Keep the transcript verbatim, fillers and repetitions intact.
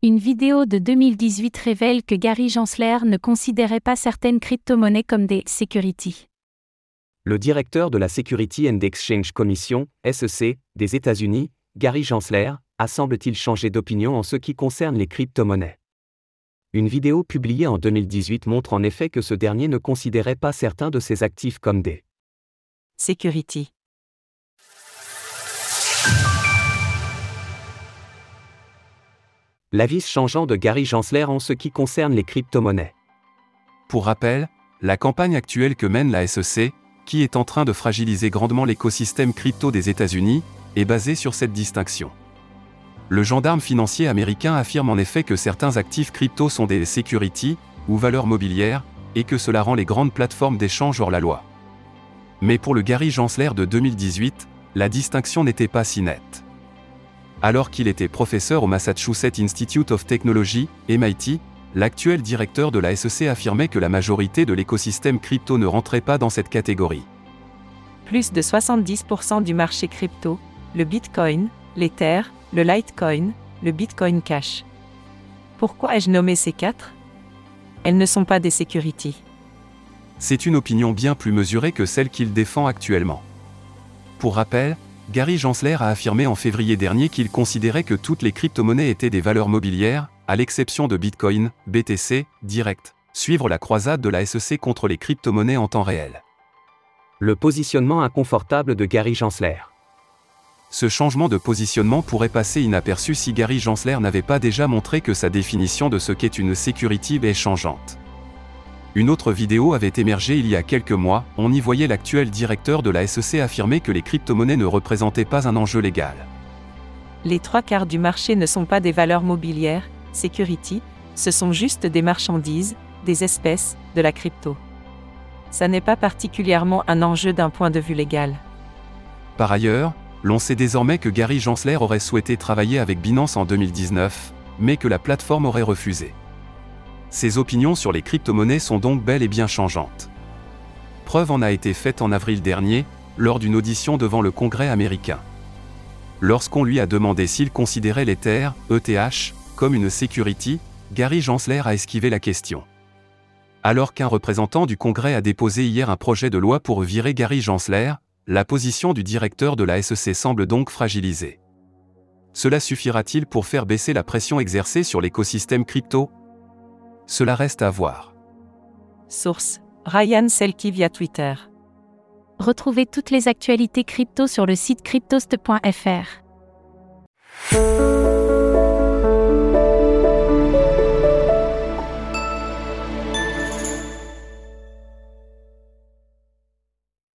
Une vidéo de deux mille dix-huit révèle que Gary Gensler ne considérait pas certaines crypto-monnaies comme des « securities ». Le directeur de la Security and Exchange Commission, S E C, des États-Unis, Gary Gensler, a semble-t-il changé d'opinion en ce qui concerne les crypto-monnaies. Une vidéo publiée en deux mille dix-huit montre en effet que ce dernier ne considérait pas certains de ses actifs comme des « securities ». L'avis changeant de Gary Gensler en ce qui concerne les crypto-monnaies. Pour rappel, la campagne actuelle que mène la S E C, qui est en train de fragiliser grandement l'écosystème crypto des États-Unis, est basée sur cette distinction. Le gendarme financier américain affirme en effet que certains actifs crypto sont des securities, ou valeurs mobilières, et que cela rend les grandes plateformes d'échange hors la loi. Mais pour le Gary Gensler de deux mille dix-huit, la distinction n'était pas si nette. Alors qu'il était professeur au Massachusetts Institute of Technology, M I T, l'actuel directeur de la S E C affirmait que la majorité de l'écosystème crypto ne rentrait pas dans cette catégorie. Plus de soixante-dix pour cent du marché crypto, le Bitcoin, l'Ether, le Litecoin, le Bitcoin Cash. Pourquoi ai-je nommé ces quatre ? Elles ne sont pas des securities. C'est une opinion bien plus mesurée que celle qu'il défend actuellement. Pour rappel, Gary Gensler a affirmé en février dernier qu'il considérait que toutes les crypto-monnaies étaient des valeurs mobilières, à l'exception de Bitcoin, B T C, Direct, suivre la croisade de la S E C contre les crypto-monnaies en temps réel. Le positionnement inconfortable de Gary Gensler. Ce changement de positionnement pourrait passer inaperçu si Gary Gensler n'avait pas déjà montré que sa définition de ce qu'est une security est changeante. Une autre vidéo avait émergé il y a quelques mois, on y voyait l'actuel directeur de la S E C affirmer que les crypto-monnaies ne représentaient pas un enjeu légal. Les trois quarts du marché ne sont pas des valeurs mobilières, securities, ce sont juste des marchandises, des espèces, de la crypto. Ça n'est pas particulièrement un enjeu d'un point de vue légal. Par ailleurs, l'on sait désormais que Gary Gensler aurait souhaité travailler avec Binance en deux mille dix-neuf, mais que la plateforme aurait refusé. Ses opinions sur les crypto-monnaies sont donc bel et bien changeantes. Preuve en a été faite en avril dernier, lors d'une audition devant le Congrès américain. Lorsqu'on lui a demandé s'il considérait l'Ether, E T H, comme une security, Gary Gensler a esquivé la question. Alors qu'un représentant du Congrès a déposé hier un projet de loi pour virer Gary Gensler, la position du directeur de la S E C semble donc fragilisée. Cela suffira-t-il pour faire baisser la pression exercée sur l'écosystème crypto ? Cela reste à voir. Source : Ryan Selke via Twitter. Retrouvez toutes les actualités crypto sur le site cryptost point f r.